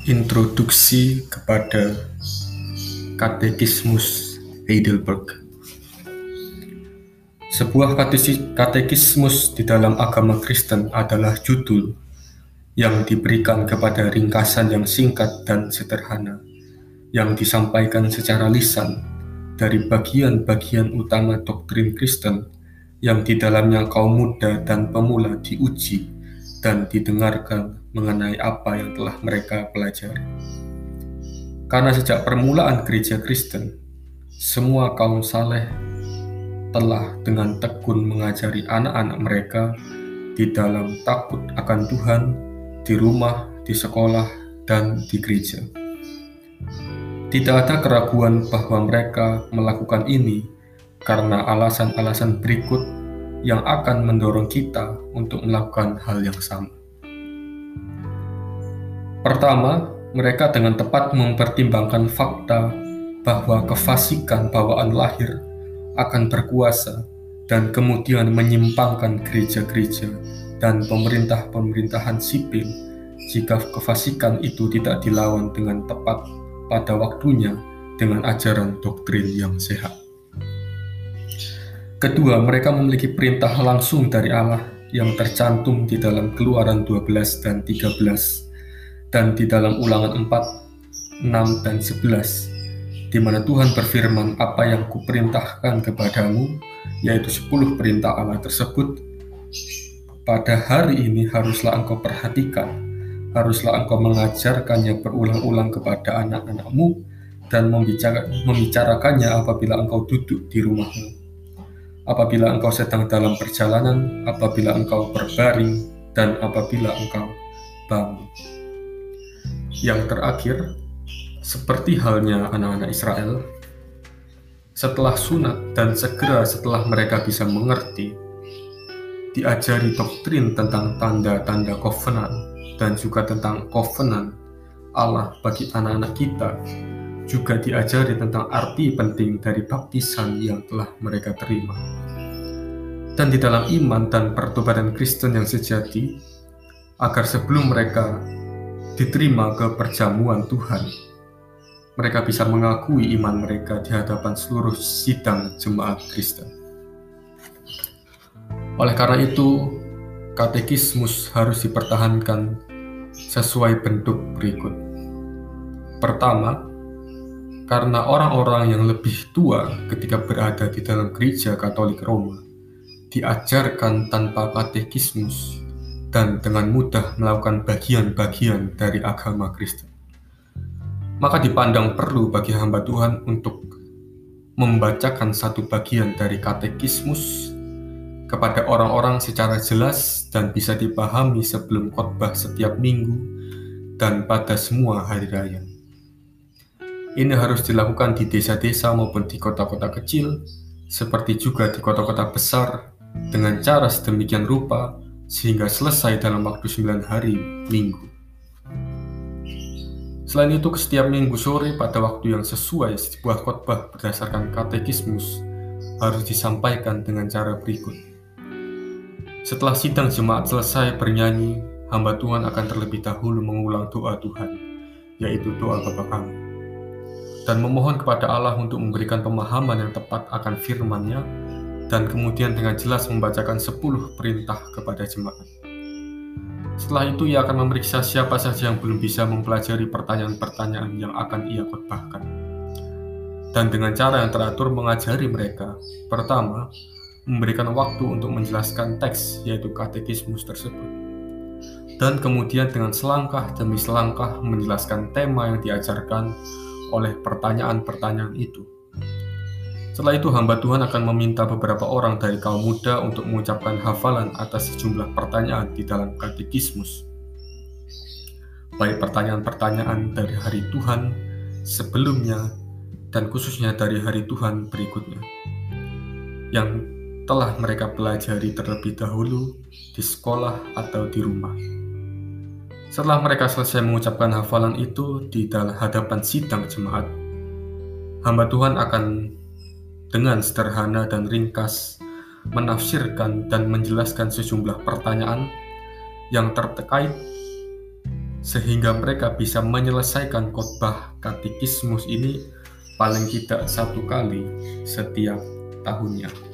Introduksi kepada Katekismus Heidelberg. Sebuah katekismus di dalam agama Kristen adalah judul yang diberikan kepada ringkasan yang singkat dan sederhana yang disampaikan secara lisan dari bagian-bagian utama doktrin Kristen yang di dalamnya kaum muda dan pemula diuji dan didengarkan mengenai apa yang telah mereka pelajari. Karena sejak permulaan gereja Kristen, semua kaum saleh telah dengan tekun mengajari anak-anak mereka di dalam takut akan Tuhan, di rumah, di sekolah, dan di gereja. Tidak ada keraguan bahwa mereka melakukan ini karena alasan-alasan berikut yang akan mendorong kita untuk melakukan hal yang sama. Pertama, mereka dengan tepat mempertimbangkan fakta bahwa kefasikan bawaan lahir akan berkuasa dan kemudian menyimpangkan gereja-gereja dan pemerintah-pemerintahan sipil jika kefasikan itu tidak dilawan dengan tepat pada waktunya dengan ajaran doktrin yang sehat. Kedua, mereka memiliki perintah langsung dari Allah yang tercantum di dalam Keluaran 12 dan 13 dan di dalam Ulangan 4, 6, dan 11, di mana Tuhan berfirman, apa yang kuperintahkan kepadamu, yaitu 10 perintah Allah tersebut, pada hari ini haruslah engkau perhatikan, haruslah engkau mengajarkannya berulang-ulang kepada anak-anakmu dan membicarakannya apabila engkau duduk di rumahmu, apabila engkau sedang dalam perjalanan, apabila engkau berbaring, dan apabila engkau bangun. Yang terakhir, seperti halnya anak-anak Israel, setelah sunat dan segera setelah mereka bisa mengerti, diajari doktrin tentang tanda-tanda covenant dan juga tentang covenant Allah bagi anak-anak kita, juga diajari tentang arti penting dari baptisan yang telah mereka terima. Dan di dalam iman dan pertobatan Kristen yang sejati, agar sebelum mereka diterima ke perjamuan Tuhan, mereka bisa mengakui iman mereka di hadapan seluruh sidang jemaat Kristen. Oleh karena itu, katekismus harus dipertahankan sesuai bentuk berikut. Pertama, karena orang-orang yang lebih tua ketika berada di dalam gereja Katolik Roma diajarkan tanpa katekismus dan dengan mudah melakukan bagian-bagian dari agama Kristen, maka dipandang perlu bagi hamba Tuhan untuk membacakan satu bagian dari katekismus kepada orang-orang secara jelas dan bisa dipahami sebelum khotbah setiap minggu dan pada semua hari raya. Ini harus dilakukan di desa-desa maupun di kota-kota kecil, seperti juga di kota-kota besar, dengan cara sedemikian rupa sehingga selesai dalam waktu 9 hari minggu. Selain itu, setiap minggu sore pada waktu yang sesuai, sebuah khotbah berdasarkan katekismus harus disampaikan dengan cara berikut. Setelah sidang jemaat selesai bernyanyi, hamba Tuhan akan terlebih dahulu mengulang doa Tuhan, yaitu doa Bapa kami, dan memohon kepada Allah untuk memberikan pemahaman yang tepat akan firman-Nya, dan kemudian dengan jelas membacakan 10 perintah kepada jemaat. Setelah itu ia akan memeriksa siapa saja yang belum bisa mempelajari pertanyaan-pertanyaan yang akan ia khotbahkan. Dan dengan cara yang teratur mengajari mereka. Pertama, memberikan waktu untuk menjelaskan teks, yaitu katekismus tersebut. Dan kemudian dengan selangkah demi selangkah menjelaskan tema yang diajarkan oleh pertanyaan-pertanyaan itu. Setelah itu hamba Tuhan akan meminta beberapa orang dari kaum muda untuk mengucapkan hafalan atas sejumlah pertanyaan di dalam katekismus, baik pertanyaan-pertanyaan dari hari Tuhan sebelumnya dan khususnya dari hari Tuhan berikutnya, yang telah mereka pelajari terlebih dahulu di sekolah atau di rumah. Setelah mereka selesai mengucapkan hafalan itu di dalam hadapan sidang jemaat, hamba Tuhan akan dengan sederhana dan ringkas menafsirkan dan menjelaskan sejumlah pertanyaan yang terkait sehingga mereka bisa menyelesaikan khotbah katekismus ini paling tidak 1 kali setiap tahunnya.